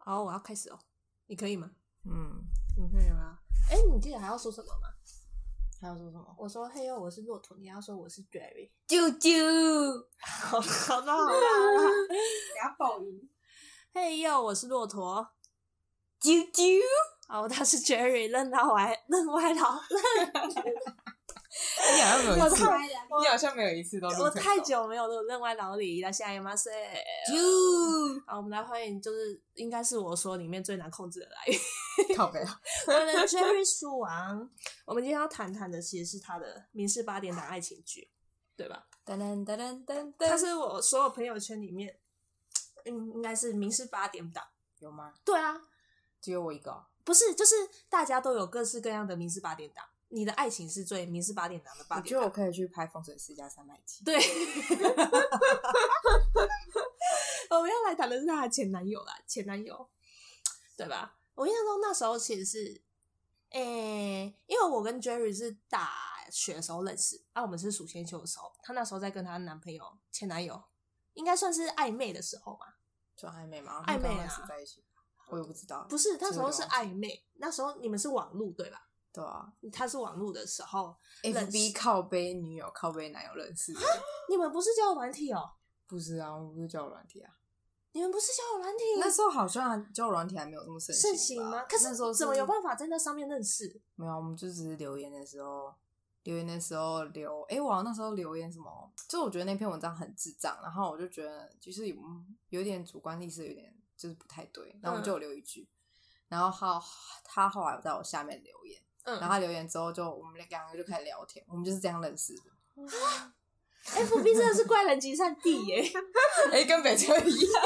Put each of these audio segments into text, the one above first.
好，我要开始哦，你可以吗？ 你可以吗？你记得还要说什么吗？ 还要说什么？ 我说嘿呦，我是骆驼，你要说我是 Jerry。 啾啾， 好啦， 给他爆音。 嘿呦，我是骆驼。 啾啾， 好，他是 Jerry，认歪老。 你好像没有一次， 我你好像没有一次都录成功。 我太久没有录认歪老李了，下一马塞。 啾， 好，我们来欢迎，就是应该是我说里面最难控制的来源。 靠北啊！ 我们的 Jerry 书王，我们今天要谈的其实是他的民事8点档爱情剧，对吧？ 噔噔噔噔噔， 他是我所有朋友圈里面，应该是民事8点档。 有吗？ 对啊， 只有我一个。 不是，就是大家都有各式各样的民事8点档。你的爱情是最民事8点档的8点档。 我觉得我可以去拍《风水世家300集》。 对，我们要来谈的是他的前男友啦，前男友，对吧？我印象中那时候其实是，因为我跟 Jerry 是大学的时候认识，我们是数先修的时候，她那时候在跟她前男友，应该算是暧昧的时候嘛， 算暧昧吗？ 暧昧啊， 在一起，我也不知道。 不是，那时候是暧昧，那时候你们是网路对吧？ 对啊， 他是网路的时候 ，FB 靠背女友、靠背男友认识的。 你们不是交友软体哦？ 不是啊，我们不是交友软体啊。 你们不是交友软体？ 那时候好像交友软体还没有那么盛行吗？可是那时候怎么有办法在那上面认识？ 没有，我们就只是留言的时候留，我好像那时候留言什么，就我觉得那篇文章很智障，然后我就觉得就是有点主观意识，有点就是不太对，然后我们就有留一句，然后他后来在我下面留言，然后他留言之后就我们两个就开始聊天，我们就是这样认识的。 FB 真的是怪人集散地耶！ 跟北车一样。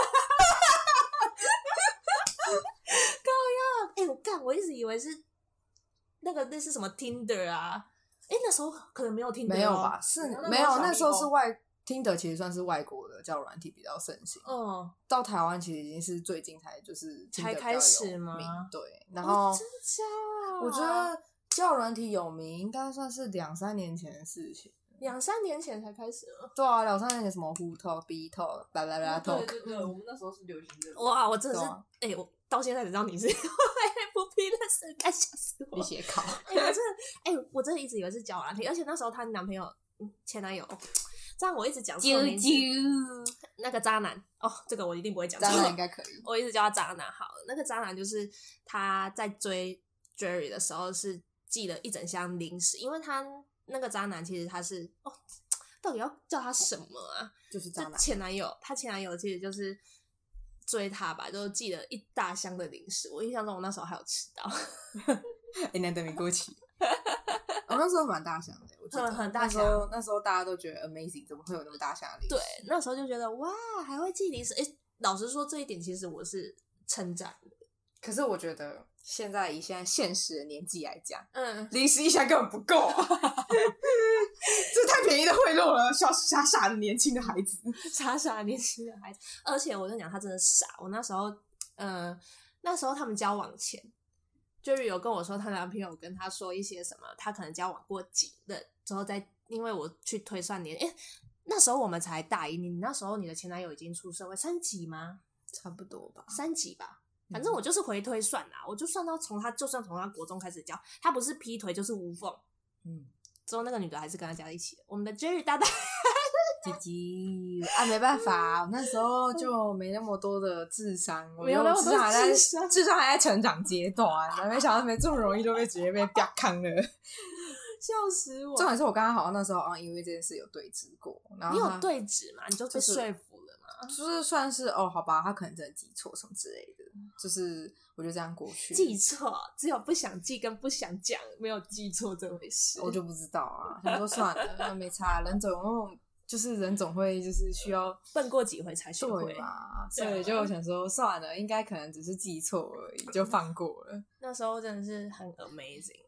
我一直以为是那是什么 Tinder 啊？那时候可能没有 Tinder， 没有吧？是没有，那时候是Tinder 其实算是外国的交友软体比较盛行。到台湾其实已经是最近才开始吗？ 对，然后真假？ 我觉得交友软体有名应该算是2-3年前的事情。 2-3年前才开始了。 对啊，2-3年前什么 Who Talk、B Talk、Talk。 对，我们那时候是流行的。 哇，我真的是，我到现在才知道你是 FB 认识，该吓死我！ 你写考。 我真的一直以为是交友软体，而且那时候她男朋友、前男友，这样我一直讲错名字。那个渣男这个我一定不会讲错。 渣男应该可以。 我一直叫他渣男好了。那个渣男就是他在追 Jerry 的时候是寄了一整箱零食，因为他那个渣男其实他是到底要叫他什么啊？ 就是渣男。 他前男友其实就是追他吧，就寄了一大箱的零食。我印象中我那时候还有吃到。 难得没过期。那时候蛮大箱的，我记得很大箱。 那时候大家都觉得 amazing， 怎么会有那么大箱的零食？ 对，那时候就觉得哇，还会寄零食。老实说这一点其实我是称赞的。 可是我觉得现在以现在现实的年纪来讲，零食一箱根本不够啊！这太便宜的贿赂了，傻傻的年轻的孩子， 傻的年轻的孩子。而且我跟你讲，他真的傻。我那时候他们交往前，Jerry 有跟我说，她男朋友跟她说一些什么，他可能交往过几任之后再，因为我去推算年，那时候我们才大一，你那时候你的前男友已经出社会3级吗？ 差不多吧 ，3级吧。反正我就是回推算啦，我就算到就算从他国中开始交，他不是劈腿就是无缝，之后那个女的还是跟他在一起了。我们的 Jerry 大大姐姐没办法，我那时候就没那么多的智商，我智商还在成长阶段，没想到没这么容易就直接被啪康了， 笑死我！ 重点是我刚刚好像那时候因为这件事有对峙过，然后你有对峙吗？你就被说服了吗？ 就是算是好吧，他可能真的记错什么之类的，就是我就这样过去。 记错，只有不想记跟不想讲，没有记错这回事。 我就不知道啊，想说算了，没差，人总会就是需要笨过几回才学会嘛，所以就想说算了，应该可能只是记错而已，就放过了。 那时候真的是很 amazing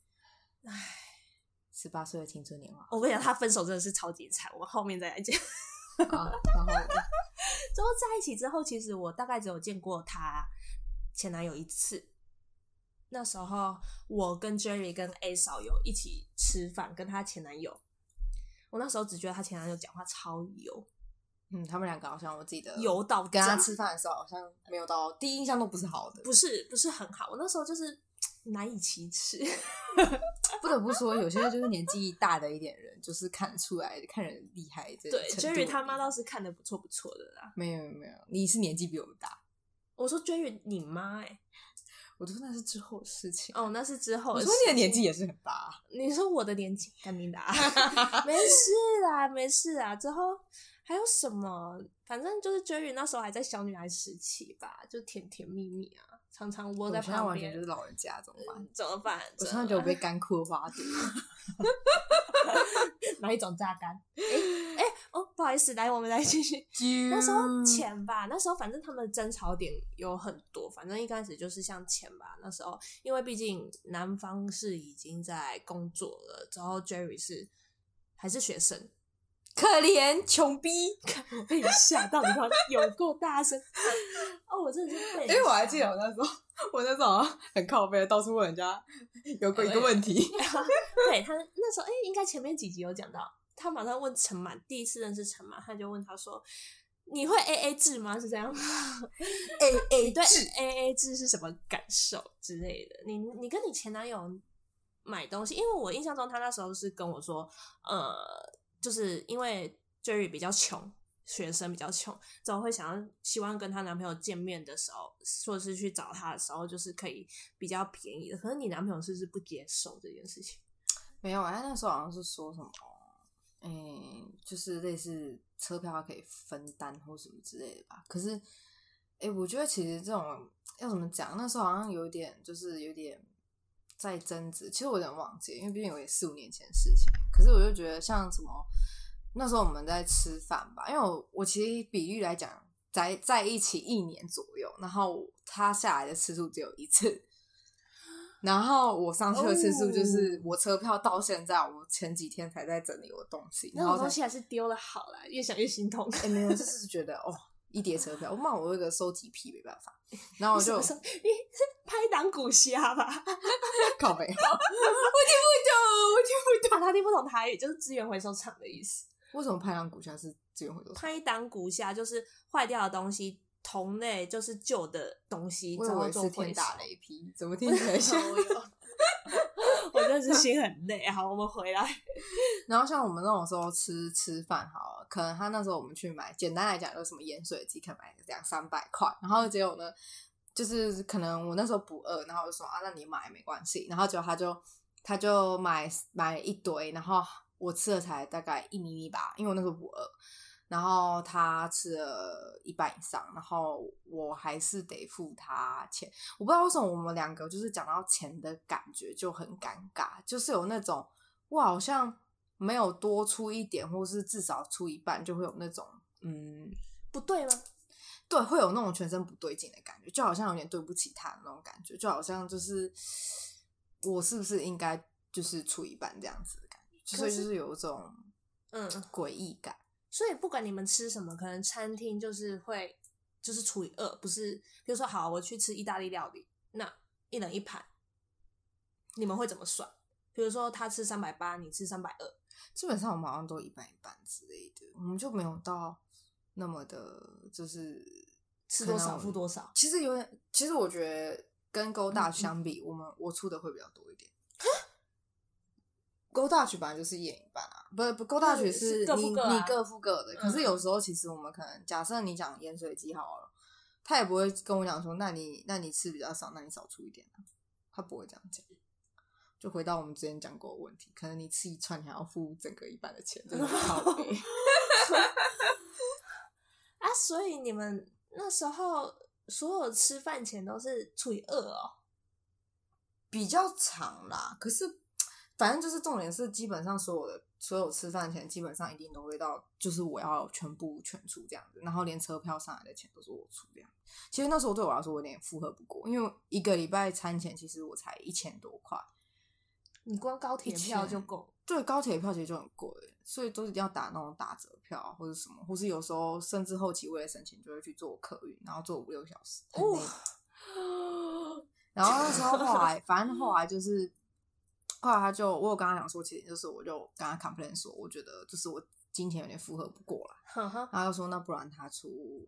18岁的青春年华。 我跟你讲，他分手真的是超级惨，我后面再来讲。 然后之后在一起之后，其实我大概只有见过他前男友1次。那时候我跟 Jerry 跟 A 嫂有一起吃饭，跟他前男友。我那时候只觉得他前男友讲话超油， 他们两个好像我记得油到跟他炸吃饭的时候，好像没有到第一印象都不是好的。 不是很好，我那时候就是难以启齿。 不得不说，有些就是年纪大的一点人，就是看出来看人厉害这对程度。 ，Jerry 他妈倒是看得不错的啦。 没有，你是年纪比我们大。 我说 Jerry 你妈我说那是之后的事情。 哦，那是之后的我事情。 说你的年纪也是很大啊。 你说我的年纪，干你打，没事啦，没事啊。之后还有什么？反正就是 Jerry 那时候还在小女孩时期吧，就甜甜蜜蜜啊，常常窝在我现在旁边。 完全就是老人家，怎么办？ 怎么办？ 我现在觉得我被干枯的花朵。 哪一种榨干？哦，不好意思，来，我们来继续。那时候钱吧，那时候反正他们的争吵点有很多，反正一开始就是像钱吧。那时候因为毕竟男方是已经在工作了，之后 Jerry 还是学生， 可怜穷逼。 我被你吓到，你看有够大声哦！我真的是被， 因为我还记得我那时候好像很靠背，到处问人家有过一个问题。 对他那时候应该前面几集有讲到。他马上问陈满，第一次认识陈满，他就问他说：“你会 AA 制吗？是这样吗？AA 对 AA 制是什么感受之类的？你跟你前男友买东西，因为我印象中他那时候是跟我说，就是因为 Jerry 比较穷，学生比较穷，之后会希望跟她男朋友见面的时候，或者是去找他的时候，就是可以比较便宜的。可是你男朋友是不是不接受这件事情？ 没有，他那时候好像是说什么。就是类似车票可以分担或什么之类的吧。可是，我觉得其实这种要怎么讲，那时候好像有点在争执。其实我有点忘记，因为毕竟有也4-5年前的事情。可是我就觉得像什么那时候我们在吃饭吧，因为我其实比喻来讲，在一起1年左右，然后他下来的次数只有1次。然后我上去的次数就是我车票到现在，我前几天才在整理我的东西， 那种东西还是丢了好啦，越想越心痛。 没有，就是觉得一叠车票，我有一个收集癖，没办法。然后我就你是拍档古虾吧？ 靠北，我听不懂。 他听不懂台语，就是资源回收厂的意思。 为什么拍档古虾是资源回收厂？ 拍档古虾就是坏掉的东西。同类就是旧的东西， 我以为是天打雷劈，怎么听起来像？ 我真的是心很累。好，我们回来。 然后像我们那种时候吃饭好了，可能他那时候我们去买，简单来讲就是什么盐水鸡，可能买200-300块，然后结果呢，就是可能我那时候不饿，然后我就说那你买没关系，然后结果他就买一堆，然后我吃了才大概1米吧，因为我那时候不饿。然后他吃了100以上，然后我还是得付他钱。我不知道为什么我们两个就是讲到钱的感觉就很尴尬，就是有那种我好像没有多出一点，或是至少出一半，就会有那种不对吗？ 对，会有那种全身不对劲的感觉，就好像有点对不起他的那种感觉，就好像就是我是不是应该就是出一半这样子的感觉，所以就是有一种诡异感。 所以不管你们吃什么，可能餐厅就是会就是除以2，不是比如说好，我去吃意大利料理，那1人1盘，你们会怎么算？比如说他吃380，你吃320， 基本上我们好像都1半1半之类的，我们就没有到那么的，就是吃多少付多少。 其实我觉得跟Go Dutch相比，我出的会比较多一点。Go Dutch 本来就是1人1半啊，不 Go Dutch 是你各付各的。可是有时候其实我们可能假设你讲盐水鸡好了，他也不会跟我讲说，那你吃比较少，那你少出一点啊，他不会这样讲。就回到我们之前讲过的问题，可能你吃一串你还要付整个1半的钱，真的很靠北啊！所以你们那时候所有吃饭钱都是除以2哦， 比较长啦。可是反正就是重点是，基本上所有吃饭钱基本上一定都会到，就是我要全出这样子，然后连车票上来的钱都是我出这样。其实那时候对我来说我有点负荷不过，因为1个礼拜餐钱其实我才1000多块。 你光高铁票就够了。 对，高铁票其实就很贵，所以都一定要打那种打折票或者什么，或是有时候甚至后期为了省钱就会去坐客运，然后坐5-6小时，很累。然后那时候反正后来就是后来我有跟他讲说，其实就是我就跟他 complain 说，我觉得就是我金钱有点负荷不过来，他就说那不然他出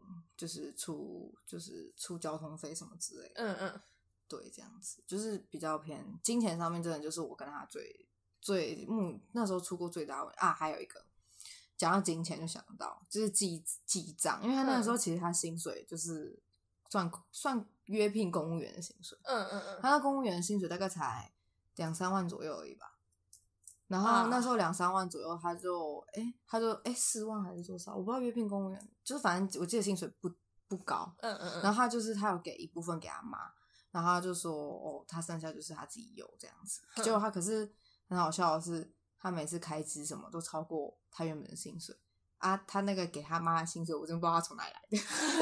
交通费什么之类的，对，这样子就是比较偏金钱上面，真的就是我跟他那时候出过最大的问题啊。还有一个讲到金钱就想到就是记账，因为他那个时候其实他薪水就是算约聘公务员的薪水，他那公务员的薪水大概才2-3万左右而已吧。然后那时候2-3万左右，他就4万还是多少，我不知道约聘公务员，就是反正我记得薪水不高，然后他有给一部分给他妈，然后他就说他剩下就是他自己有这样子。结果他可是很好笑的是，他每次开支什么都超过他原本的薪水啊，他那个给他妈的薪水，我真不知道他从哪里来的。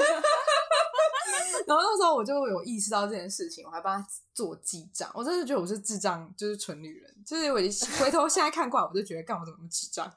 然后那时候我就有意识到这件事情，我还帮他做记账。我真的觉得我是智障，就是蠢女人。就是我回头现在看过来，我就觉得干我怎么那么智障，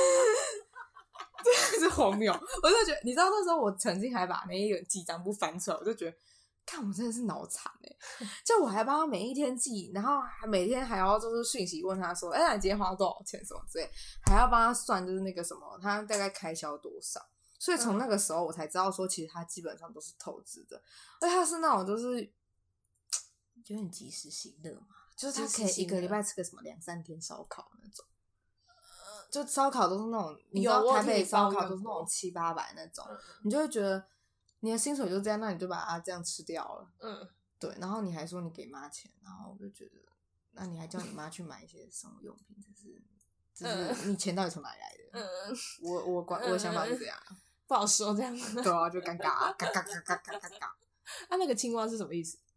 真的是荒谬。我就觉得，你知道那时候我曾经还把那一个记账簿翻出来，我就觉得，看我真的是脑残就我还帮他每一天记，然后每天还要就是讯息问他说，那你今天花多少钱什么之类，还要帮他算就是那个什么，他大概开销多少。所以从那个时候我才知道说，其实他基本上都是透支的，而且他是那种就是有点及时行乐嘛，就是他可以一个礼拜吃个什么2-3天烧烤那种，就烧烤都是那种，你知道台北烧烤都是那种700-800那种，你就会觉得你的薪水就这样，那你就把它这样吃掉了，对，然后你还说你给妈钱，然后我就觉得，那你还叫你妈去买一些生活用品，就是你钱到底从哪里来的？我的想法是这样。 不好说这样。 对啊，就尴尬，尴尬。 那个青蛙是什么意思？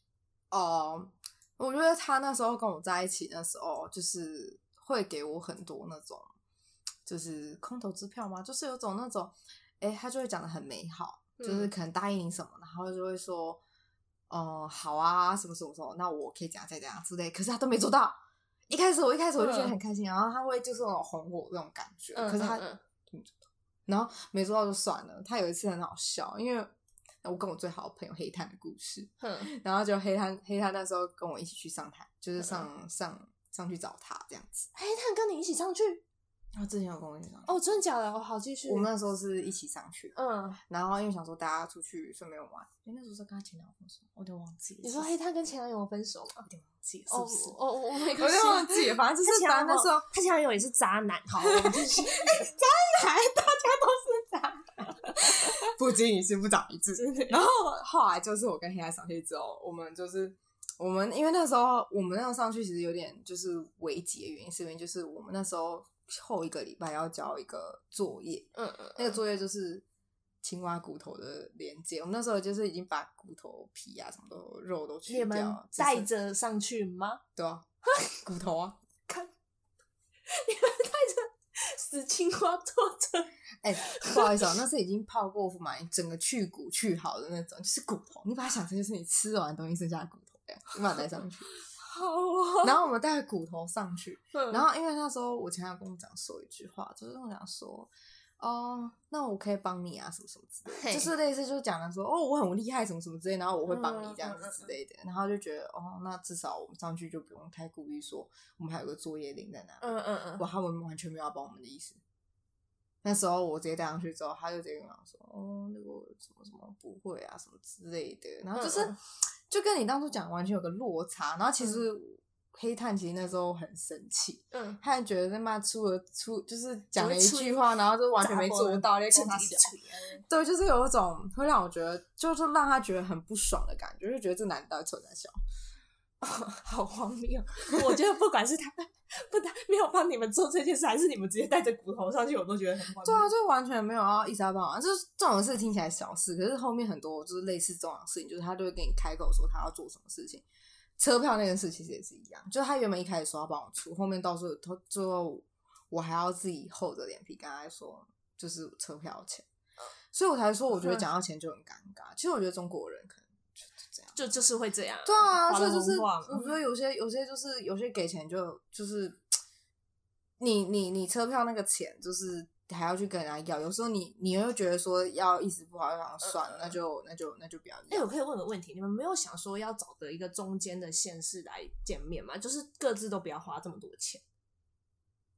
我觉得他那时候跟我在一起的时候，就是会给我很多那种，就是空头支票嘛，就是有种那种，他就会讲得很美好，就是可能答应你什么，然后就会说，好啊，什么什么什么，那我可以怎样再怎样之类，可是他都没做到。一开始我就觉得很开心，然后他会就是那种哄我那种感觉，可是他然后没做到就算了。他有一次很好笑，因为我跟我最好的朋友黑炭的故事，然后就黑炭那时候跟我一起去上台，就是上去找他这样子。 黑炭跟你一起上去？ 他之前有跟我一起上去。 哦，真的假的？好，继续。 我们那时候是一起上去，然后因为想说大家出去顺便玩。那时候是跟他前男友分手，我有点忘记了。 你说黑炭跟前男友分手吗？ 有点忘记了，是不是？ 我没有点忘记了，反正就是那时候他前男友也是渣男。好，我们继续。 渣男，大家都是渣男，不经一事不长一智。然后后来就是我跟黑炭上去之后，我们因为那时候我们那时候上去其实有点就是危急的原因，是因为就是我们那时候后1个礼拜要交一个作业，那个作业就是青蛙骨头的连接。我们那时候就是已经把骨头皮啊什么都肉都去掉， 你们带着上去吗？ 对啊，骨头啊， 看你们带着死青蛙坐着。 不好意思那是已经泡过嘛，整个去骨去好的那种，就是骨头，你把它想成就是你吃完东西剩下的骨头这样，你把它带上去。 好啊。 然后我们带骨头上去，然后因为那时候我前男友跟我讲说一句话，就是跟我讲说，那我可以帮你啊，什么什么之类的，就是类似就是讲的说，我很厉害什么什么之类，然后我会帮你这样子之类的，然后就觉得那至少我们上去就不用太顾虑说我们还有个作业领在哪里，他们完全没有要帮我们的意思。那时候我直接带上去之后，他就直接跟我说，那个什么什么不会啊，什么之类的。然后就跟你当初讲完全有个落差。然后其实黑炭其实那时候很生气，他还觉得他妈就是讲了一句话，然后就完全没做到，在跟他小。对，就是有一种会让我觉得，就是让他觉得很不爽的感觉，就觉得这男的到底臭在笑。 好荒谬！我觉得不管是他没有帮你们做这件事，还是你们直接带着骨头上去，我都觉得很荒谬。 对啊，就完全没有要一直要帮忙，就是这种事听起来小事，可是后面很多就是类似这种事情，就是他都会跟你开口说他要做什么事情。车票那件事其实也是一样，就是他原本一开始说要帮我出，后面到时候最后我还要自己厚着脸皮跟他说就是车票钱，所以我才说我觉得讲到钱就很尴尬。其实我觉得中国人可能就是会这样。 对啊，所以就是我觉得有些就是有些给钱就是你车票那个钱就是还要去跟人家要，有时候你又觉得说要意思不好，又想算了，那就不要要。 我可以问个问题，你们没有想说要找的一个中间的县市来见面吗？就是各自都不要花这么多钱。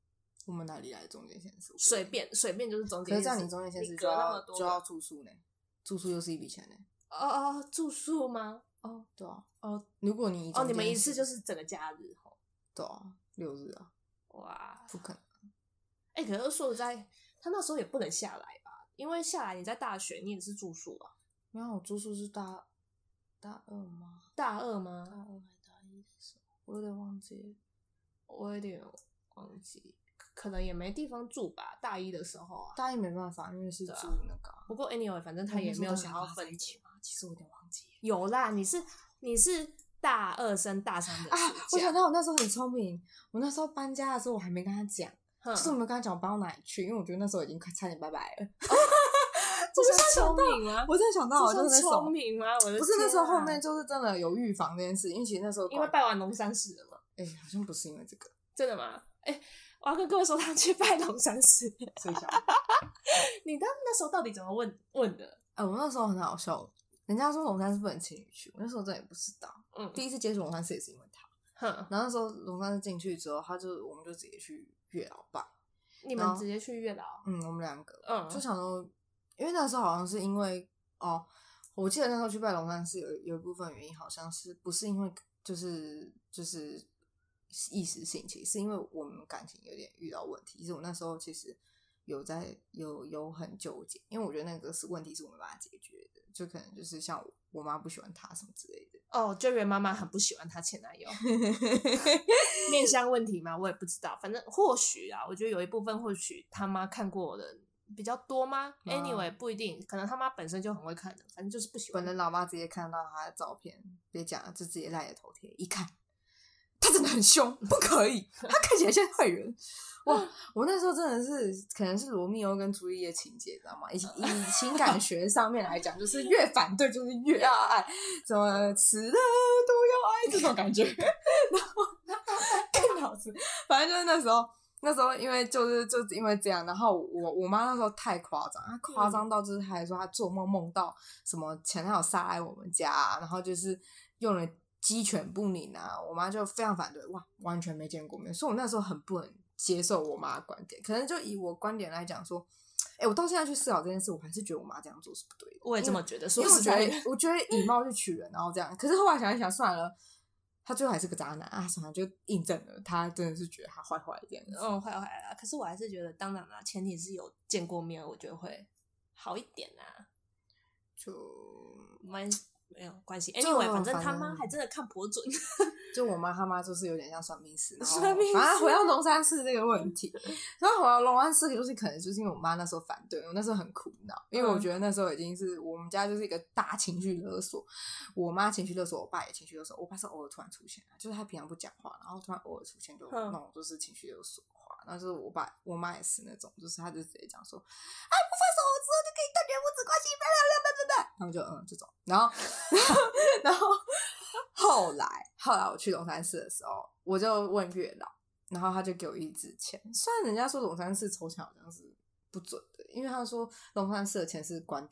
我们哪里来的中间限制？ 随便就是中间限制。 可是这样你中间限制就要住宿呢，住宿又是一笔钱呢。 住宿吗？ 对啊。如果你你们一次就是整个假日吼。 对啊，6日啊。 哇， 不可能。 可是说实在，他那时候也不能下来吧？因为下来你在大学，你也是住宿啊。 没有，我住宿是大二吗？ 大二吗？ 大二还是大一的时候，我有点忘记了。 可能也没地方住吧。大一的时候啊， 大一没办法，因为是住那个。 不过 anyway， 反正他也没有想要分钱嘛。其实我有点忘记了。 有啦，你是大二升大三的暑假。 我想到我那时候很聪明，我那时候搬家的时候我还没跟他讲，就是我没有跟他讲我搬到哪里去，因为我觉得那时候已经快差点拜拜了。 这算聪明吗？ 我真的想到， 这算聪明吗？我的不是那时候后面就是真的有预防这件事，因为其实那时候因为拜完龙山寺了嘛。 好像不是因为这个。 真的吗？我要跟各位说，他去拜龙山寺。 所以想你那时候到底怎么问的？ 我那时候很好笑，人家说龙山寺不能情侣去，我那时候真的也不知道。第一次接触龙山寺也是因为他。然后那时候龙山寺进去之后，我们就直接去月老拜。 你们直接去月老？ 我们2个。就想说，因为那时候好像是因为我记得那时候去拜龙山寺有一部分原因，好像是不是因为就是一时兴起，是因为我们感情有点遇到问题。其实我那时候其实有很纠结，因为我觉得那个问题是我没办法解决的，就可能就是像我妈不喜欢他什么之类的。 就原妈妈很不喜欢她前男友。面相问题吗？我也不知道，反正或许啊，我觉得有一部分或许他妈看过我的比较多吗？Anyway， 不一定，可能他妈本身就很会看的，反正就是不喜欢。 本人老妈直接看到他的照片，别讲了，就直接赖着头贴，一看他真的很凶，不可以，他看起来像坏人。哇，我那时候真的是可能是罗密欧跟朱丽叶情节，知道吗？以情感学上面来讲，就是越反对就是越要爱，什么死了都要爱这种感觉。然后更老师，反正就是那时候因为就是因为这样，然后我妈那时候太夸张，她夸张到就是她还说她做梦到什么前男友杀来我们家，然后就是用了鸡犬不宁啊，我妈就非常反对，哇，完全没见过面，所以我那时候很不能接受我妈的观点。可能就以我观点来讲说，我到现在去思考这件事，我还是觉得我妈这样做是不对的。 我也这么觉得， 因为我觉得以貌去取人，然后这样。可是后来想一想，算了，他最后还是个渣男啊，算了，就印证了他真的是觉得他坏坏这样子。 坏坏啦。可是我还是觉得，当然啦，前提是有见过面，我觉得会好一点啊。没有关系 ，anyway， 反正他妈还真的看颇准。 就我妈他妈就是有点像算命师， 算命师。 反正回到龙山寺这个问题，然后回到龙山寺就是可能就是因为我妈那时候反对，我那时候很苦恼，因为我觉得那时候已经是我们家就是一个大情绪勒索，我妈情绪勒索，我爸也情绪勒索，我爸是偶尔突然出现，就是他平常不讲话，然后突然偶尔出现就那种就是情绪勒索话，然后就是我妈也是那种，就是他就直接讲说，不分手之后就可以断绝母子关系，然后就这种，然后后来我去龙山寺的时候，我就问月老，然后他就给我一支签。虽然人家说龙山寺抽签好像是不准的，因为他说龙山寺的签是关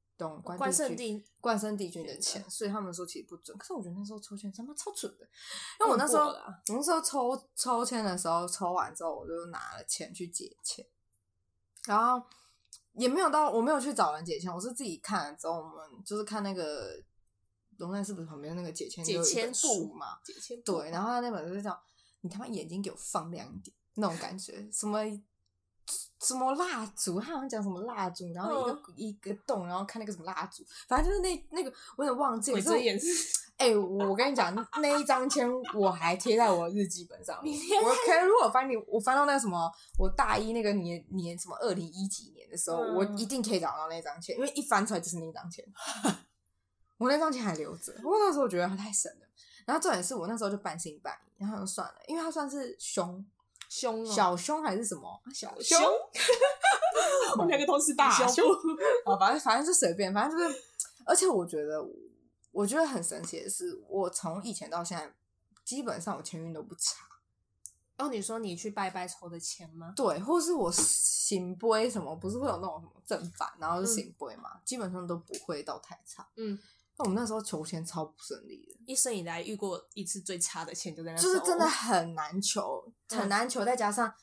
圣帝君的签，所以他们说其实不准。可是我觉得那时候抽签他妈超准的，因为我那时候抽签的时候，抽完之后我就拿了钱去解签，然后也没有我没有去找人解签，我是自己看了之后，我们就是看那个龙山寺不是旁边那个解签有一本书嘛， 解签簿对，然后他那本就是叫你他妈眼睛给我放亮一点那种感觉，什么蜡烛，他好像讲什么蜡烛，然后一个洞，然后看那个什么蜡烛，反正就是那个我有点忘记了。我跟你讲，那一张签我还贴在我的日记本上面。如果我翻到那个什么，我大一那个年什么2010几年的时候，我一定可以找到那张签，因为一翻出来就是那张签。我那张签还留着，不过那时候我觉得他太神了。然后重点是我那时候就半信半疑，然后就算了，因为他算是凶小凶还是什么小凶？ 我们两个都是大凶。 反正就随便，反正就是，而且我觉得很神奇的是，我从以前到现在，基本上我签运都不差。 你说你去拜拜抽的签吗？ 对，或是我醒杯什么，不是会有那种什么正反，然后是醒杯嘛，基本上都不会到太差。那我们那时候求签超不顺利的， 一生以来遇过一次最差的签就在那时候，就是真的很难求，很难求，再加上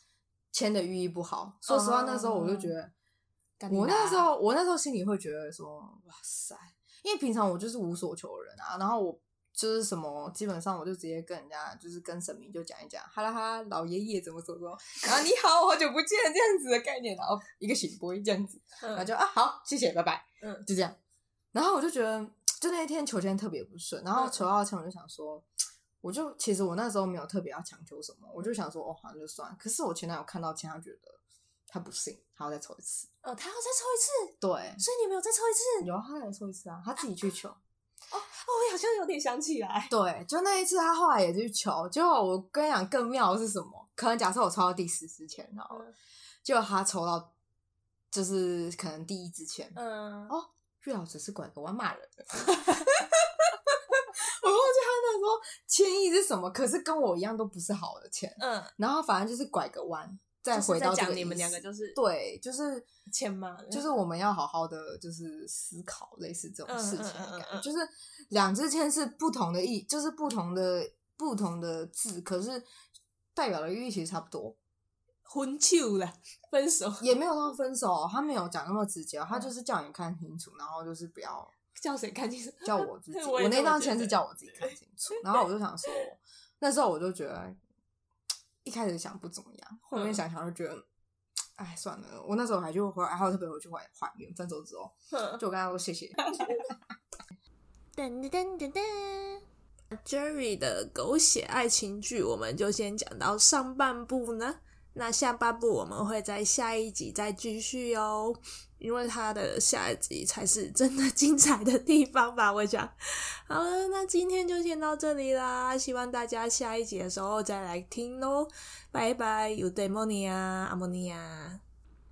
签的寓意不好。说实话，那时候我就觉得，我那时候心里会觉得说，哇塞，因为平常我就是无所求的人啊，然后我就是什么，基本上我就直接跟人家就是跟神明就讲一讲，哈啦哈，老爷爷怎么，然后你好，好久不见这样子的概念，然后一个醒杯这样子，然后就好，谢谢，拜拜，就这样。然后我就觉得，就那一天求签特别不顺，然后求到签我就想说。其实我那时候没有特别要强求什么，我就想说好像就算。可是我前男友看到签，他觉得他不信，他要再抽一次。 他要再抽一次？ 对， 所以你没有再抽一次？ 有，他再抽一次啊，他自己去求。 我好像有点想起来。 对，就那一次他后来也去求，结果我跟你讲更妙的是什么？可能假设我抽到第10支签，然后结果他抽到就是可能第1支签，月老只是拐个弯骂人的。我忘记他那时候签意是什么，可是跟我一样都不是好的签。然后反正就是拐个弯，再回到这个意思。 你们两个就是对，就是签嘛， 就是我们要好好的就是思考类似这种事情的感觉。就是2支签是不同的意，就是不同的字，可是代表的寓意其实差不多。 分手了，分手也没有到分手，他没有讲那么直接，他就是叫你看清楚，然后就是不要。 叫谁看清楚？ 叫我自己。我那张签是叫我自己看清楚，然后我就想说，那时候我就觉得，一开始想不怎么样，后面想想就觉得，哎，算了。我那时候还特别回去还原，分手之后，就我跟他说谢谢。 噔噔噔噔噔 ，Jerry 的狗血爱情剧，我们就先讲到上半部呢。那下半部我们会在下一集再继续哦，因为它的下一集才是真的精彩的地方吧，我想。好了，那今天就先到这里啦，希望大家下一集的时候再来听咯，拜拜，有对莫尼亚，阿莫尼亚。